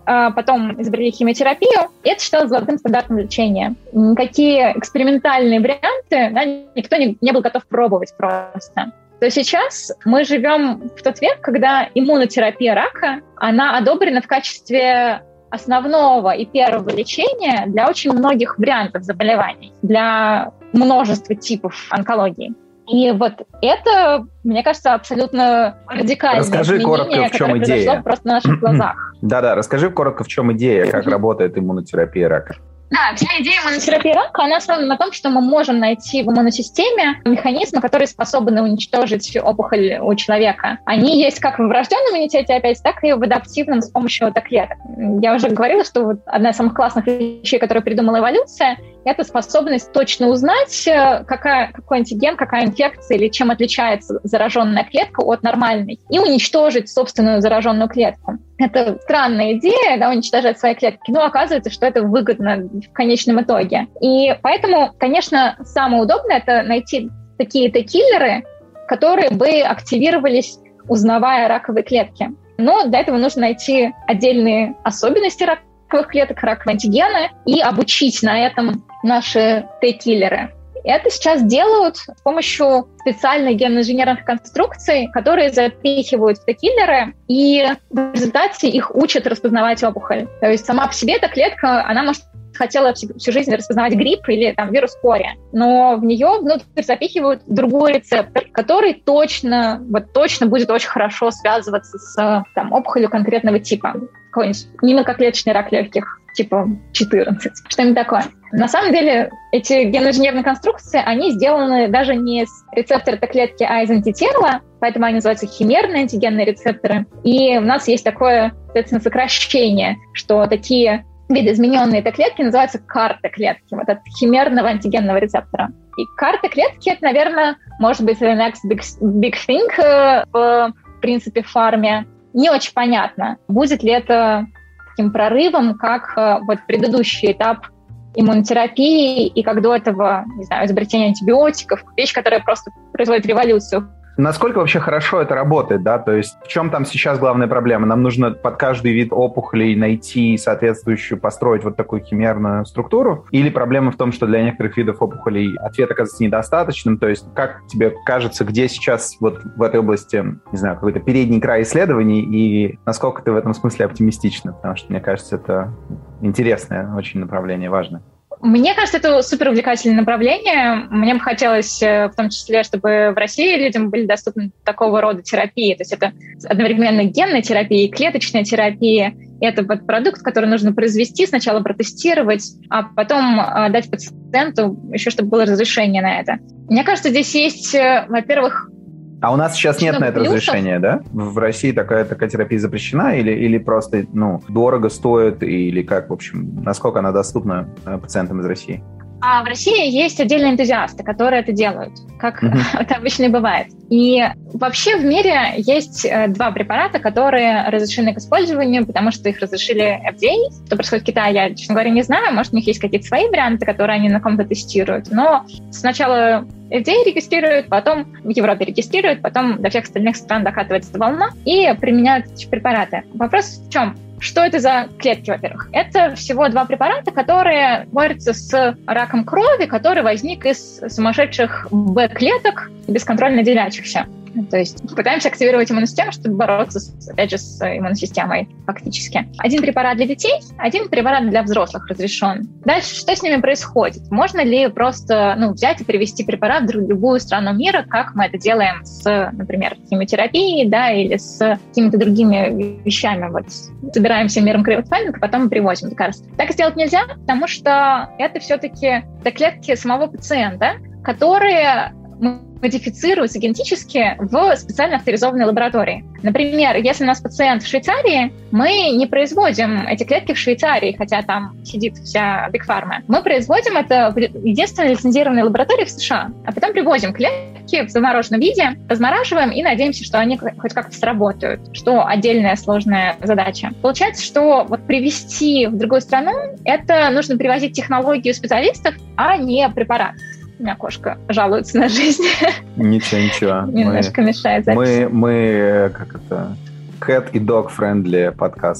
потом изобрели химиотерапию, и это считалось золотым стандартом лечения. Никакие экспериментальные варианты, да, никто не, не был готов пробовать просто. То сейчас мы живем в тот век, когда иммунотерапия рака, она одобрена в качестве основного и первого лечения для очень многих вариантов заболеваний, для множества типов онкологии. И вот это, мне кажется, абсолютно радикальное расскажи изменение, коротко, в чем которое идея. произошло просто на наших глазах. Да-да, расскажи коротко, в чем идея, как работает иммунотерапия рака. Да, вся идея иммунотерапии рака, она основана на том, что мы можем найти в иммуносистеме механизмы, которые способны уничтожить опухоль у человека. Они есть как в врожденном иммунитете, опять, так и в адаптивном с помощью Т-клеток. Я уже говорила, что вот одна из самых классных вещей, которую придумала эволюция, это способность точно узнать, какая, какой антиген, какая инфекция или чем отличается зараженная клетка от нормальной, и уничтожить собственную зараженную клетку. Это странная идея, да, уничтожать свои клетки, но оказывается, что это выгодно в конечном итоге. И поэтому, конечно, самое удобное — это найти такие Т-киллеры, которые бы активировались, узнавая раковые клетки. Но для этого нужно найти отдельные особенности раковых клеток, раковые антигены, и обучить на этом наши Т-киллеры. Это сейчас делают с помощью специальных генно-инженерных конструкций, которые запихивают в Т-киллеры, и в результате их учат распознавать опухоль. То есть сама по себе эта клетка, она может хотела всю, всю жизнь распознавать грипп или там, вирус кори, но в нее внутрь запихивают другой рецептор, который точно, вот точно будет очень хорошо связываться с там, опухолью конкретного типа. Какой-нибудь немелкоклеточный рак легких, типа четырнадцать, что-нибудь такое. На самом деле эти генно-инженерные конструкции, они сделаны даже не из рецептора Т-клетки, а из антитела, поэтому они называются химерные антигенные рецепторы. И у нас есть такое, соответственно, сокращение, что такие видоизмененные Т-клетки называются кар-Т-клетки, вот от химерного антигенного рецептора. И кар-Т-клетки — это, наверное, может быть, the next big, big thing в, в принципе, в фарме. Не очень понятно, будет ли это таким прорывом, как э, вот предыдущий этап иммунотерапии и как до этого, не знаю, изобретение антибиотиков, вещь, которая просто производит революцию. Насколько вообще хорошо это работает, да? То есть в чем там сейчас главная проблема? Нам нужно под каждый вид опухолей найти соответствующую, построить вот такую химерную структуру? Или проблема в том, что для некоторых видов опухолей ответ оказывается недостаточным? То есть как тебе кажется, где сейчас вот в этой области, не знаю, какой-то передний край исследований, и насколько ты в этом смысле оптимистична? Потому что, мне кажется, это интересное очень направление, важное. Мне кажется, это супер увлекательное направление. Мне бы хотелось, в том числе, чтобы в России людям были доступны такого рода терапии. То есть это одновременно генная терапия и клеточная терапия. И это вот продукт, который нужно произвести, сначала протестировать, а потом дать пациенту еще, чтобы было разрешение на это. Мне кажется, здесь есть, во-первых, А у нас сейчас нет на это плюсов. разрешения, да? В России такая, такая терапия запрещена или, или просто ну, дорого стоит, или как, в общем, насколько она доступна пациентам из России? А в России есть отдельные энтузиасты, которые это делают, как Mm-hmm. это обычно и бывает. И вообще в мире есть два препарата, которые разрешены к использованию, потому что их разрешили эф ди эй. Что происходит в Китае, я, честно говоря, не знаю. Может, у них есть какие-то свои варианты, которые они на ком-то тестируют. Но сначала эф ди эй регистрирует, потом в Европе регистрирует, потом до всех остальных стран докатывается эта волна и применяют эти препараты. Вопрос в чем? Что это за клетки, во-первых? Это всего два препарата, которые борются с раком крови, который возник из сумасшедших Б-клеток, бесконтрольно делящихся. То есть пытаемся активировать иммунную систему, чтобы бороться, с, опять же, с иммуносистемой фактически. Один препарат для детей, один препарат для взрослых разрешен. Дальше что с ними происходит? Можно ли просто ну, взять и привести препарат в любую страну мира, как мы это делаем с, например, химиотерапией, да, или с какими-то другими вещами? Вот собираем всем миром криофайлинг, а потом привозим лекарства. Так сделать нельзя, потому что это все-таки клетки самого пациента, которые модифицируются генетически в специально авторизованной лаборатории. Например, если у нас пациент в Швейцарии, мы не производим эти клетки в Швейцарии, хотя там сидит вся Big Pharma. Мы производим это в единственной лицензированной лаборатории в США, а потом привозим клетки в замороженном виде, размораживаем и надеемся, что они хоть как-то сработают, что отдельная сложная задача. Получается, что вот привезти в другую страну, это нужно привозить технологию специалистов, а не препарат. У меня кошка жалуется на жизнь. Ничего, ничего. Немножко мы, мешает запись. Мы, мы, как это, cat и dog friendly подкаст.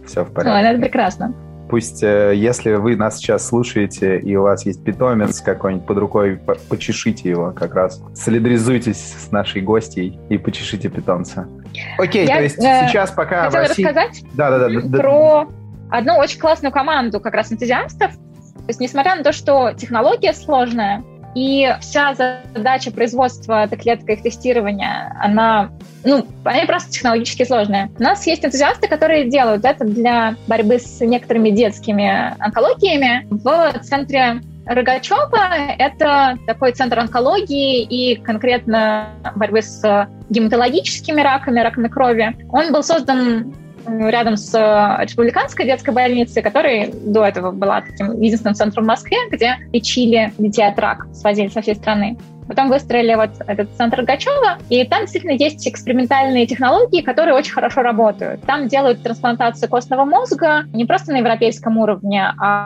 Все в порядке. Ой, это прекрасно. Пусть, если вы нас сейчас слушаете, и у вас есть питомец какой-нибудь под рукой, почешите его как раз. Солидаризуйтесь с нашей гостьей и почешите питомца. Окей, Я, то есть э, сейчас пока хотела в России... рассказать да, да, да, про да. одну очень классную команду как раз энтузиастов. То есть, несмотря на то, что технология сложная, и вся задача производства этой клетки, их тестирования, она, ну, они просто технологически сложные. У нас есть энтузиасты, которые делают это для борьбы с некоторыми детскими онкологиями. В центре Рогачева это такой центр онкологии и конкретно борьбы с гематологическими раками, раками крови. Он был создан рядом с республиканской детской больницей, которая до этого была таким единственным центром в Москве, где лечили детей от рака, свозили со всей страны. Потом выстроили вот этот центр Рогачева, и там действительно есть экспериментальные технологии, которые очень хорошо работают. Там делают трансплантацию костного мозга не просто на европейском уровне,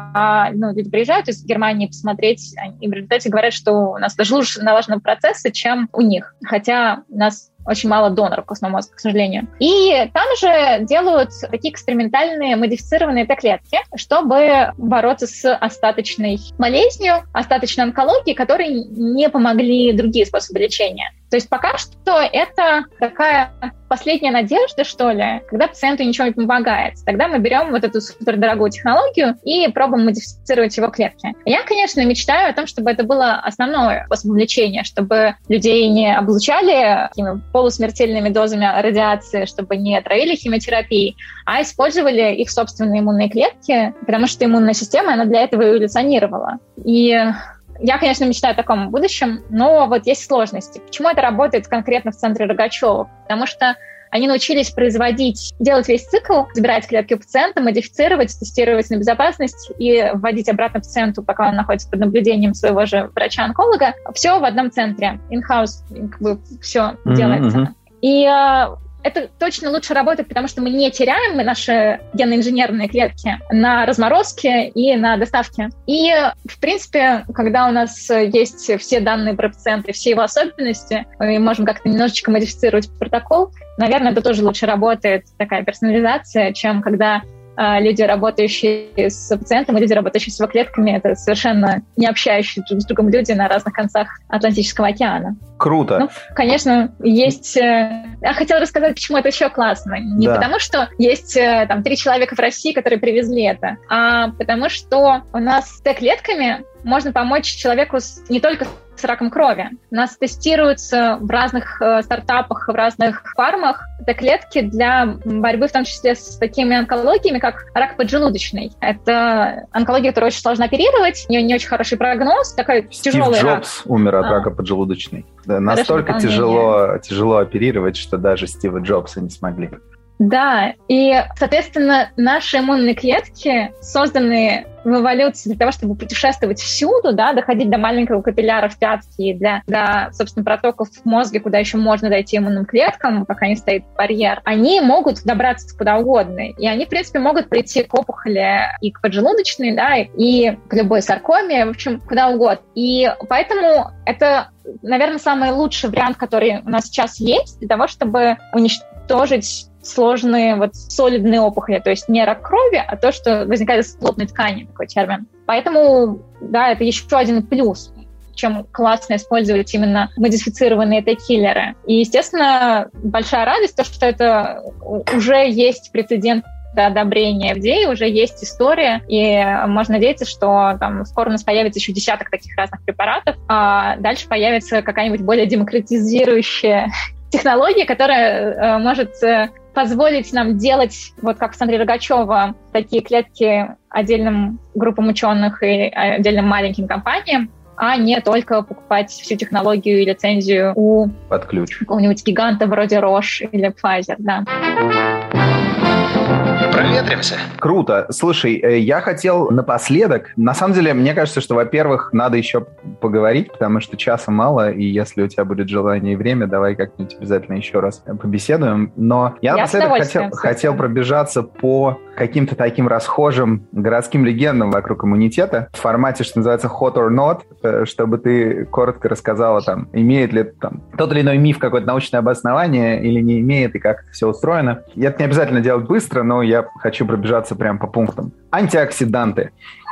а ну, люди приезжают из Германии посмотреть, и в результате говорят, что у нас даже лучше налажены процессы, чем у них. Хотя у нас очень мало доноров костного мозга, к сожалению. И там же делают такие экспериментальные модифицированные Т-клетки, чтобы бороться с остаточной болезнью, остаточной онкологией, которые не помогли другие способы лечения. То есть пока что это такая последняя надежда, что ли, когда пациенту ничего не помогает. Тогда мы берем вот эту супердорогую технологию и пробуем модифицировать его клетки. Я, конечно, мечтаю о том, чтобы это было основное способом лечения, чтобы людей не облучали такими полусмертельными дозами радиации, чтобы не травили химиотерапией, а использовали их собственные иммунные клетки, потому что иммунная система, она для этого эволюционировала. И я, конечно, мечтаю о таком будущем, но вот есть сложности. Почему это работает конкретно в центре Рогачева? Потому что они научились производить, делать весь цикл, забирать клетки у пациента, модифицировать, тестировать на безопасность и вводить обратно пациенту, пока он находится под наблюдением своего же врача-онколога. Все в одном центре. In-house как бы все mm-hmm. делается. И это точно лучше работает, потому что мы не теряем наши генно-инженерные клетки на разморозке и на доставке. И, в принципе, когда у нас есть все данные про пациента, все его особенности, мы можем как-то немножечко модифицировать протокол, наверное, это тоже лучше работает, такая персонализация, чем когда э, люди, работающие с пациентом, и люди, работающие с его клетками, это совершенно не общающиеся друг с другом люди на разных концах Атлантического океана. Круто. Ну, конечно, есть... Я хотела рассказать, почему это еще классно. Не да. потому, что есть там три человека в России, которые привезли это, а потому что у нас с Т-клетками можно помочь человеку с, не только с раком крови. У нас тестируются в разных э, стартапах, в разных фармах Т-клетки для борьбы, в том числе с такими онкологиями, как рак поджелудочный. Это онкология, которую очень сложно оперировать, у нее не очень хороший прогноз, такой Стив тяжелый Джобс рак. умер от а. рака поджелудочной. Да, настолько тяжело, тяжело оперировать, что даже Стива Джобса не смогли. Да, и, соответственно, наши иммунные клетки созданы в эволюции для того, чтобы путешествовать всюду, да, доходить до маленького капилляра в пятке, для, до, собственно, протоков в мозге, куда еще можно дойти иммунным клеткам, пока не стоит барьер. Они могут добраться куда угодно, и они, в принципе, могут прийти к опухоли и к поджелудочной, да, и к любой саркоме, в общем, куда угодно. И поэтому это, наверное, самый лучший вариант, который у нас сейчас есть для того, чтобы уничтожить сложные вот солидные опухоли, то есть не рак крови, а то, что возникает из плотной ткани, такой термин. Поэтому, да, это еще один плюс, чем классно использовать именно модифицированные Т-киллеры. И, естественно, большая радость, то, что это уже есть прецедент до одобрения эф ди эй, уже есть история, и можно надеяться, что там скоро у нас появится еще десяток таких разных препаратов, а дальше появится какая-нибудь более демократизирующая технология, которая э, может э, позволить нам делать, вот как в центре Рогачева, такие клетки отдельным группам ученых и отдельным маленьким компаниям, а не только покупать всю технологию и лицензию у под ключ какого-нибудь гиганта вроде Roche или Pfizer, да. Проветримся. Круто. Слушай, я хотел напоследок, на самом деле, мне кажется, что, во-первых, надо еще поговорить, потому что часа мало, и если у тебя будет желание и время, давай как-нибудь обязательно еще раз побеседуем. Но я, я напоследок хотел, хотел пробежаться по каким-то таким расхожим городским легендам вокруг иммунитета в формате, что называется hot or not, чтобы ты коротко рассказала, там, имеет ли там, тот или иной миф какое-то научное обоснование или не имеет, и как это все устроено. И это не обязательно делать быстро, но я хочу пробежаться прямо по пунктам. Антиоксиданты.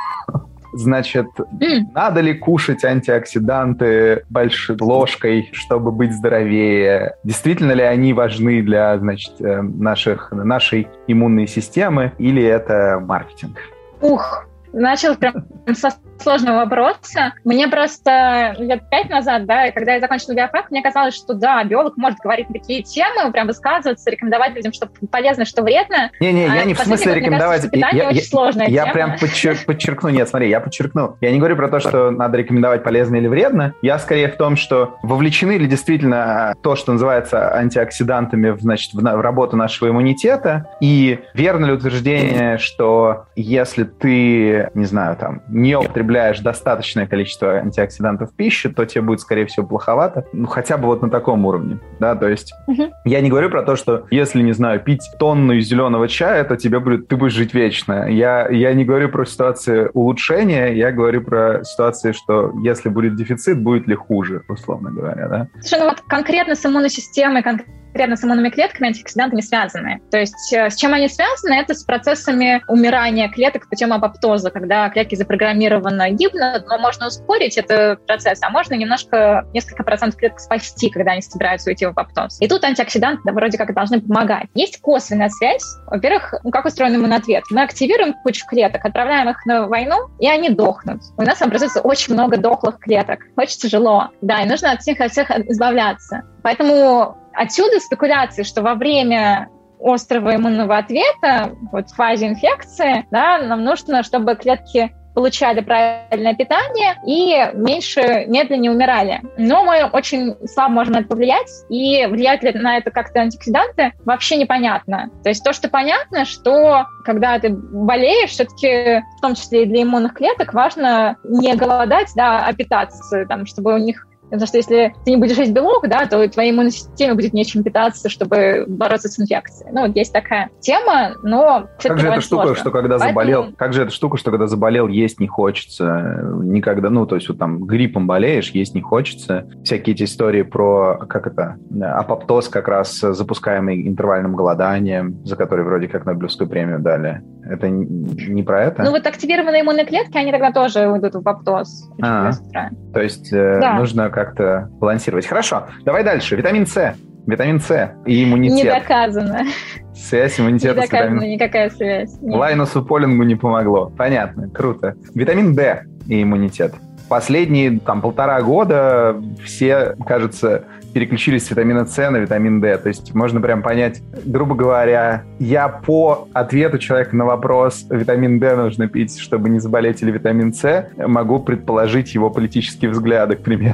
Значит, mm. надо ли кушать антиоксиданты большой ложкой, чтобы быть здоровее? Действительно ли они важны для, значит, наших, нашей иммунной системы, или это маркетинг? Ух, начал прям со сложного вопроса. Мне просто лет пять назад, да, когда я закончила биофак, мне казалось, что да, биолог может говорить на такие темы, прям высказываться, рекомендовать людям, что полезно, что вредно. Не-не, а я не в смысле год, рекомендовать. Мне кажется, питание я, очень сложная я тема. прям подчер, подчеркну, нет, смотри, я подчеркну. Я не говорю про то, что надо рекомендовать полезно или вредно. Я скорее в том, что вовлечены ли действительно то, что называется антиоксидантами, значит, в, в работу нашего иммунитета, и верно ли утверждение, что если ты, не знаю, там, не употребляешь достаточное количество антиоксидантов в пище, то тебе будет, скорее всего, плоховато. Ну, хотя бы вот на таком уровне, да, то есть uh-huh. я не говорю про то, что если, не знаю, пить тонну зеленого чая, то тебе будет, ты будешь жить вечно. Я, я не говорю про ситуацию улучшения, я говорю про ситуацию, что если будет дефицит, будет ли хуже, условно говоря, да. Слушай, ну вот конкретно с иммунной системой, конкретно конкретно с иммунными клетками антиоксиданты не связаны. То есть с чем они связаны? Это с процессами умирания клеток путем апоптоза, когда клетки запрограммированы гибнут, но можно ускорить этот процесс, а можно немножко, несколько процентов клеток спасти, когда они собираются уйти в апоптоз. И тут антиоксиданты да, вроде как должны помогать. Есть косвенная связь. Во-первых, ну, как устроен иммунный ответ? Мы активируем кучу клеток, отправляем их на войну, и они дохнут. У нас образуется очень много дохлых клеток. Очень тяжело. Да, и нужно от всех, от всех избавляться. Поэтому отсюда спекуляции, что во время острого иммунного ответа, вот в фазе инфекции, да, нам нужно, чтобы клетки получали правильное питание и меньше, медленнее умирали. Но мы очень слабо можем на это повлиять, и влияют ли на это как-то антиоксиданты, вообще непонятно. То есть то, что понятно, что когда ты болеешь, все-таки, в том числе и для иммунных клеток, важно не голодать, да, а питаться, там, чтобы у них... Потому что если ты не будешь есть белок, да, то твоей иммунной системе будет нечем питаться, чтобы бороться с инфекцией. Ну, вот есть такая тема, но... Как же эта штука, что когда Поэтому... заболел, как же эта штука, что когда заболел, есть не хочется никогда, ну, то есть вот там гриппом болеешь, есть не хочется. Всякие эти истории про, как это, апоптоз как раз запускаемый интервальным голоданием, за который вроде как Нобелевскую премию дали. Это не про это? Ну, вот активированные иммунные клетки, они тогда тоже уйдут в апоптоз. А, то есть да. нужно как-то балансировать. Хорошо, давай дальше. Витамин С. Витамин С и иммунитет. Не доказано. Связь иммунитета не с витамином. Не доказана никакая связь. Нет. Лайнусу Полингу не помогло. Понятно, круто. Витамин D и иммунитет. Последние там полтора года все, кажется, переключились с витамина С на витамин D. То есть можно прям понять, грубо говоря, я по ответу человека на вопрос, витамин D нужно пить, чтобы не заболеть, или витамин С, могу предположить его политические взгляды, к примеру,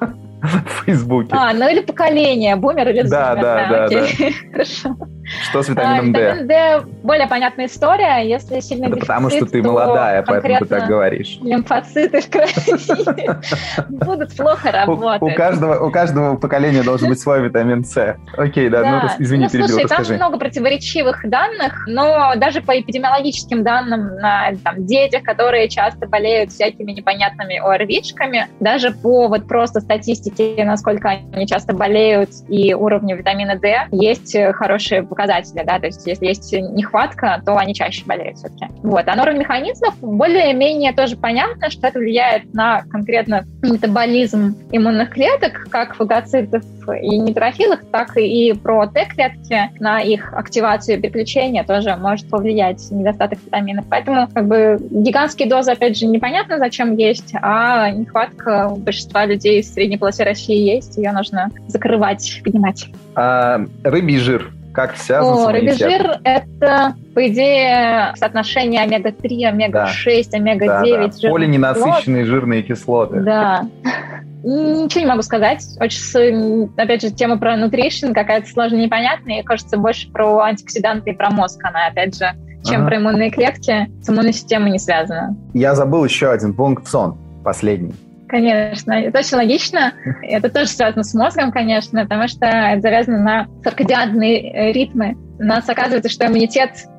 в Фейсбуке. А, ну или поколение, бумер или да, зумер. Да, да, да. Хорошо. Что с витамином D? Витамин D более понятная история. Если сильный Это дефицит, потому что ты молодая, поэтому ты так говоришь. Лимфоциты в крови будут плохо работать. У каждого, у каждого поколения должен быть свой витамин С. Окей, да, ну извини, перебил, слушай, расскажи. Там много противоречивых данных, но даже по эпидемиологическим данным на там, детях, которые часто болеют всякими непонятными ОРВИшками, даже по вот просто статистике, насколько они часто болеют и уровню витамина D, есть хорошие показатели, да, то есть если есть нехватка, то они чаще болеют все-таки. Вот, а норма механизмов более-менее тоже понятно, что это влияет на конкретно метаболизм иммунных клеток, как фагоцитов и нейтрофилов, так и про Т-клетки, на их активацию и переключение тоже может повлиять недостаток витаминов. Поэтому как бы гигантские дозы, опять же, непонятно, зачем есть, а нехватка у большинства людей в средней полосе России есть, ее нужно закрывать, поднимать. А, рыбий жир. Как связан О, с иммунитетом? Рыбий жир – это, по идее, соотношение омега три, омега шесть, да. омега девять. Да, да. Полиненасыщенные жирные кислоты. Да. Ничего не могу сказать. Очень, опять же, тема про nutrition какая-то сложная, непонятная. И, кажется, больше про антиоксиданты и про мозг она, опять же, чем ага. про иммунные клетки. С иммунной системой не связана. Я забыл еще один пункт. Сон. Последний. Конечно, это очень логично. Это тоже связано с мозгом, конечно, потому что это завязано на циркадианные ритмы. У нас оказывается, что иммунитет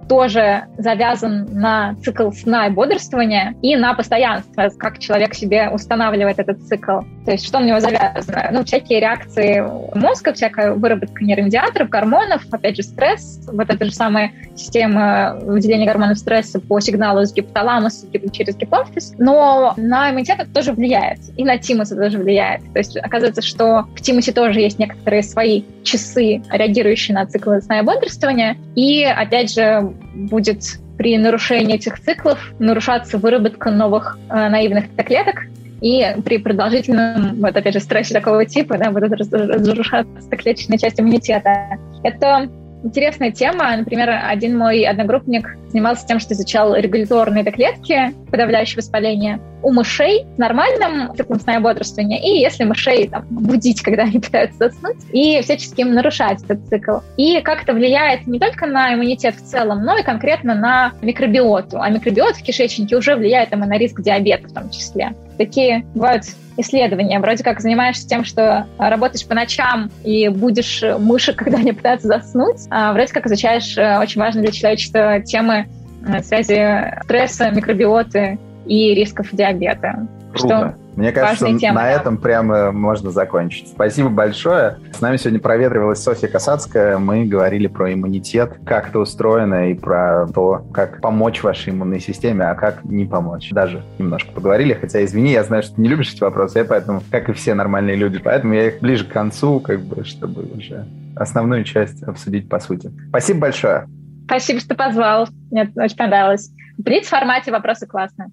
тоже завязан на цикл сна и бодрствования и на постоянство, как человек себе устанавливает этот цикл. То есть что на него завязано? Ну, всякие реакции мозга, всякая выработка нейромедиаторов, гормонов, опять же, стресс, вот эта же самая система выделения гормонов стресса по сигналу из гипоталамуса через гипофиз. Но на иммунитет это тоже влияет, и на тимус это тоже влияет. То есть оказывается, что в тимусе тоже есть некоторые свои часы, реагирующие на циклы сна и бодрствования, и, опять же, будет при нарушении этих циклов нарушаться выработка новых э, наивных клеток, и при продолжительном, вот опять же, стрессе такого типа, да, будут разрушаться клеточные части иммунитета. Это интересная тема. Например, один мой одногруппник занимался тем, что изучал регуляторные клетки, подавляющие воспаление, у мышей с нормальным циклом сна и бодрствования, и если мышей там, будить, когда они пытаются заснуть, и всячески им нарушать этот цикл. И как это влияет не только на иммунитет в целом, но и конкретно на микробиоту. А микробиота в кишечнике уже влияет там, и на риск диабета в том числе. Такие бывают исследования. Вроде как занимаешься тем, что работаешь по ночам и будешь мышек, когда они пытаются заснуть. А вроде как изучаешь очень важные для человечества темы связи стресса, микробиоты и рисков диабета. Круто. Мне кажется, тема, на да. этом прямо можно закончить. Спасибо большое. С нами сегодня проветривалась Софья Касацкая. Мы говорили про иммунитет, как это устроено, и про то, как помочь вашей иммунной системе, а как не помочь. Даже немножко поговорили, хотя, извини, я знаю, что ты не любишь эти вопросы, я поэтому, как и все нормальные люди, поэтому я их ближе к концу, как бы, чтобы уже основную часть обсудить по сути. Спасибо большое. Спасибо, что позвал. Мне очень понравилось. В блиц-формате вопросы классные.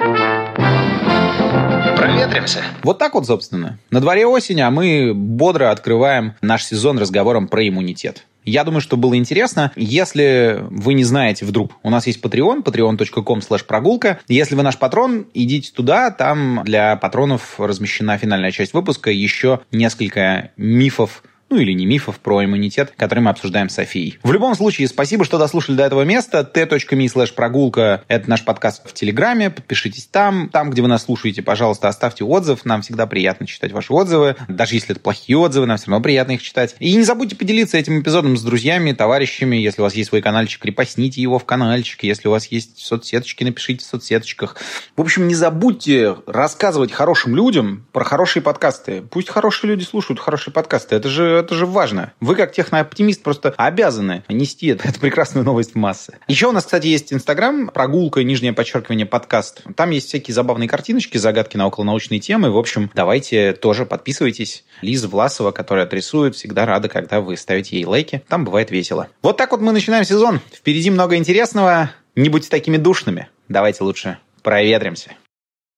Проветримся. Вот так вот, собственно. На дворе осень, а мы бодро открываем наш сезон разговором про иммунитет. Я думаю, что было интересно. Если вы не знаете вдруг, у нас есть Patreon, patreon точка com слэш прогулка. Если вы наш патрон, идите туда. Там для патронов размещена финальная часть выпуска. Еще несколько мифов, ну или не мифов, про иммунитет, который мы обсуждаем с Софией. В любом случае, спасибо, что дослушали до этого места. ти точка ми слэш прогулка – это наш подкаст в Телеграме. Подпишитесь там. Там, где вы нас слушаете, пожалуйста, оставьте отзыв. Нам всегда приятно читать ваши отзывы. Даже если это плохие отзывы, нам все равно приятно их читать. И не забудьте поделиться этим эпизодом с друзьями, товарищами. Если у вас есть свой каналчик, репостните его в каналчик. Если у вас есть соцсеточки, напишите в соцсеточках. В общем, не забудьте рассказывать хорошим людям про хорошие подкасты. Пусть хорошие люди слушают хорошие подкасты. Это же Это же важно. Вы, как технооптимист, просто обязаны нести это, эту прекрасную новость в массы. Еще у нас, кстати, есть Инстаграм, прогулка, нижнее подчеркивание, подкаст. Там есть всякие забавные картиночки, загадки на околонаучные темы. В общем, давайте тоже подписывайтесь. Лиза Власова, которая отрисует, всегда рада, когда вы ставите ей лайки. Там бывает весело. Вот так вот мы начинаем сезон. Впереди много интересного. Не будьте такими душными. Давайте лучше проветримся.